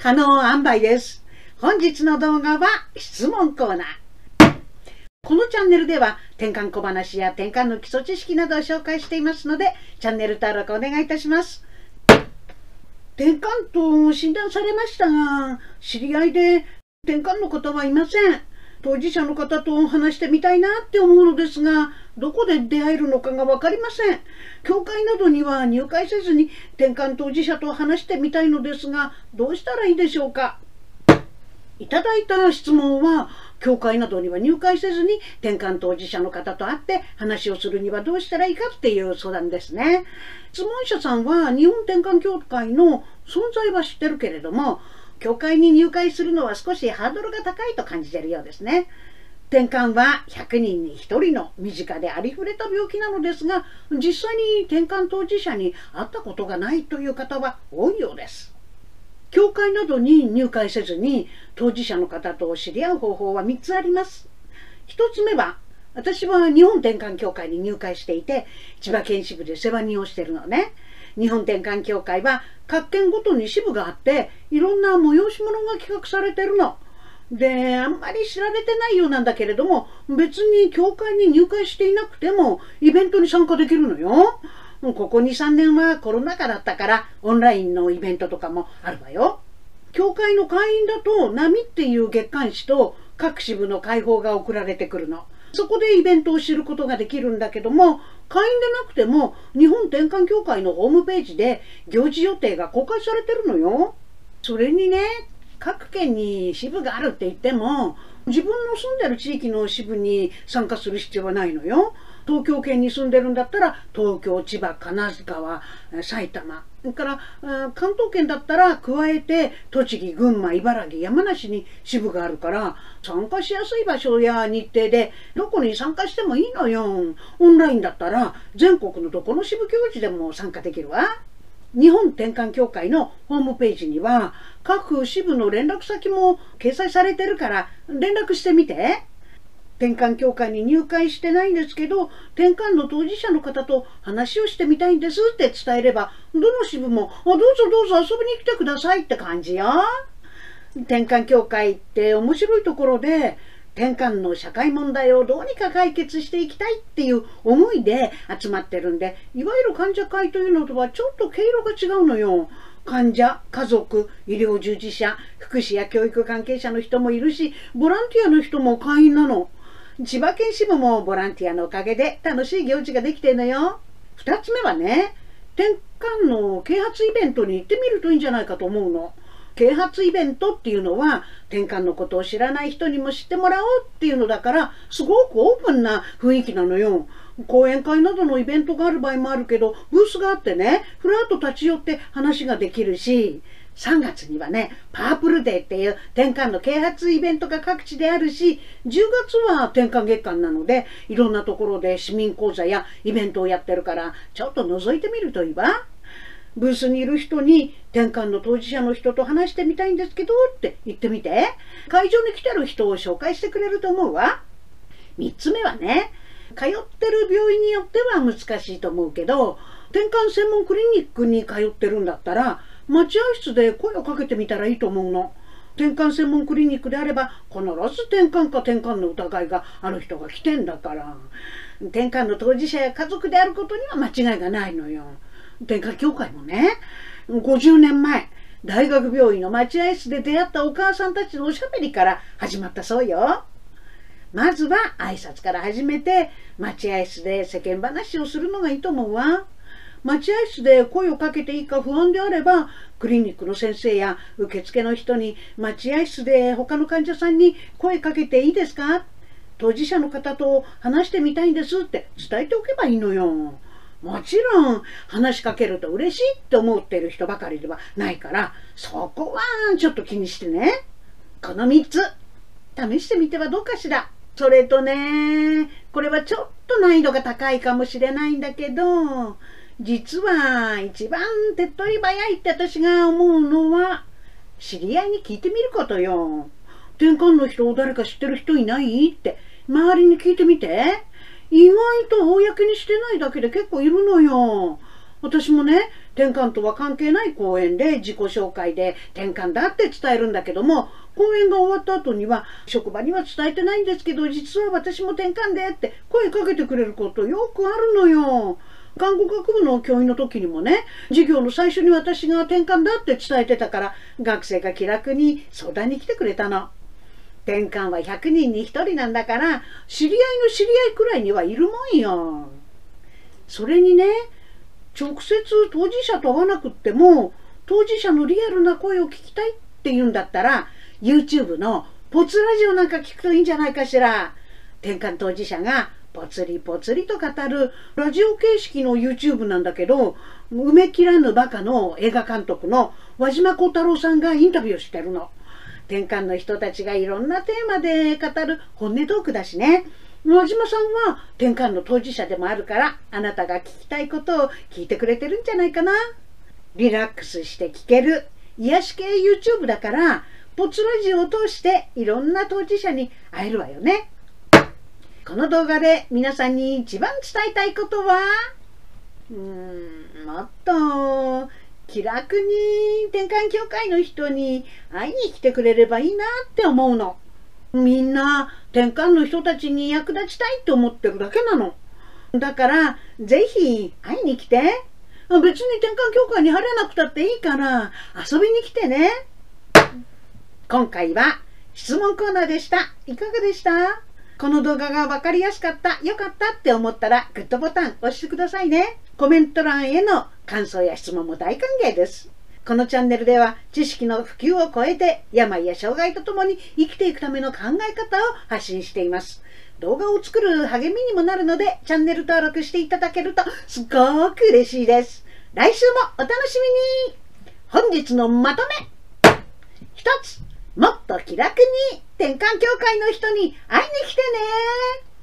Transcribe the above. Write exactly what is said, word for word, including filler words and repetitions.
可能塩梅です。本日の動画は質問コーナー。このチャンネルでは転換小話や転換の基礎知識などを紹介していますので、チャンネル登録お願いいたします。転換と診断されましたが、知り合いで転換の方はいません。当事者の方と話してみたいなって思うのですが、どこで出会えるのかが分かりません。教会などには入会せずに転換当事者と話してみたいのですが、どうしたらいいでしょうか。いただいた質問は、教会などには入会せずに転換当事者の方と会って話をするにはどうしたらいいかっていう相談ですね。質問者さんは日本転換協会の存在は知ってるけれども、教会に入会するのは少しハードルが高いと感じているようですね。転換はひゃくにんにひとりの身近でありふれた病気なのですが、実際に転換当事者に会ったことがないという方は多いようです。教会などに入会せずに当事者の方と知り合う方法はみっつあります。ひとつめは、私は日本転換協会に入会していて、千葉県支部で世話人をしているのね。日本転換協会は各県ごとに支部があって、いろんな催し物が企画されてるの。で、あんまり知られてないようなんだけれども、別に協会に入会していなくてもイベントに参加できるのよ。ここに、さんねんはコロナ禍だったからオンラインのイベントとかもあるわよ。協会の会員だと波っていう月刊誌と各支部の会報が送られてくるの。そこでイベントを知ることができるんだけども、会員でなくても日本転換協会のホームページで行事予定が公開されてるのよ。それにね、各県に支部があるって言っても、自分の住んでる地域の支部に参加する必要はないのよ。東京圏に住んでるんだったら東京、千葉、金沢、埼玉、それから関東圏だったら加えて栃木、群馬、茨城、山梨に支部があるから、参加しやすい場所や日程でどこに参加してもいいのよ。オンラインだったら全国のどこの支部行事でも参加できるわ。日本転換協会のホームページには各支部の連絡先も掲載されてるから連絡してみて。転換協会に入会してないんですけど、転換の当事者の方と話をしてみたいんですって伝えれば、どの支部も「どうぞどうぞ遊びに来てください」って感じよ。転換協会って面白いところで、転換の社会問題をどうにか解決していきたいっていう思いで集まってるんで、いわゆる患者会というのとはちょっと毛色が違うのよ。患者、家族、医療従事者、福祉や教育関係者の人もいるし、ボランティアの人も会員なの。千葉県支部もボランティアのおかげで楽しい行事ができてるのよ。二つ目はね、転換の啓発イベントに行ってみるといいんじゃないかと思うの。啓発イベントっていうのは、転換のことを知らない人にも知ってもらおうっていうのだから、すごくオープンな雰囲気なのよ。講演会などのイベントがある場合もあるけど、ブースがあってね、ふらっと立ち寄って話ができるし、さんがつにはね、パープルデーっていう転換の啓発イベントが各地であるし、じゅうがつは転換月間なので、いろんなところで市民講座やイベントをやってるから、ちょっと覗いてみるといいわ。ブースにいる人に、転換の当事者の人と話してみたいんですけどって言ってみて。会場に来てる人を紹介してくれると思うわ。みっつめはね、通ってる病院によっては難しいと思うけど、転換専門クリニックに通ってるんだったら、待合室で声をかけてみたらいいと思うの。転換専門クリニックであれば、必ず転換か転換の疑いがある人が来てんだから。転換の当事者や家族であることには間違いがないのよ。転換協会もね、ごじゅうねんまえ、大学病院の待合室で出会ったお母さんたちのおしゃべりから始まったそうよ。まずは挨拶から始めて、待合室で世間話をするのがいいと思うわ。待合室で声をかけていいか不安であれば、クリニックの先生や受付の人に待合室で他の患者さんに声かけていいですか？当事者の方と話してみたいんですって伝えておけばいいのよ。もちろん話しかけると嬉しいって思っている人ばかりではないから、そこはちょっと気にしてね。このみっつ試してみてはどうかしら。それとね、これはちょっと難易度が高いかもしれないんだけど、実は一番手っ取り早いって私が思うのは、知り合いに聞いてみることよ。転換の人を誰か知ってる人いないって周りに聞いてみて。意外と公にしてないだけで結構いるのよ。私もね、 転換とは関係ない講演で自己紹介で転換だって伝えるんだけども、講演が終わった後には職場には伝えてないんですけど、実は私も転換でって声かけてくれることよくあるのよ。看護学部の教員の時にもね、授業の最初に私が転換だって伝えてたから、学生が気楽に相談に来てくれたの。転換はひゃくにんにひとりなんだから、知り合いの知り合いくらいにはいるもんよ。それにね、直接当事者と会わなくっても、当事者のリアルな声を聞きたいって言うんだったら、YouTube のポツラジオなんか聞くといいんじゃないかしら。転換当事者がぽつりぽつりと語るラジオ形式の YouTube なんだけど、埋め切らぬバカの映画監督の輪島幸太郎さんがインタビューしてるの。転換の人たちがいろんなテーマで語る本音トークだしね。輪島さんは転換の当事者でもあるから、あなたが聞きたいことを聞いてくれてるんじゃないかな。リラックスして聞ける癒し系 YouTube だから、ポツラジオを通していろんな当事者に会えるわよね。この動画で皆さんに一番伝えたいことは、うーん、もっと気楽に転換協会の人に会いに来てくれればいいなって思うの。みんな転換の人たちに役立ちたいって思ってるだけなの。だからぜひ会いに来て。別に転換協会に入らなくたっていいから遊びに来てね。今回は質問コーナーでした。いかがでした？この動画が分かりやすかった、良かったって思ったらグッドボタン押してくださいね。コメント欄への感想や質問も大歓迎です。このチャンネルでは知識の普及を超えて病や障害とともに生きていくための考え方を発信しています。動画を作る励みにもなるのでチャンネル登録していただけるとすごく嬉しいです。来週もお楽しみに。本日のまとめ。ひとつ、もっと気楽に転換協会の人に会いに来てね。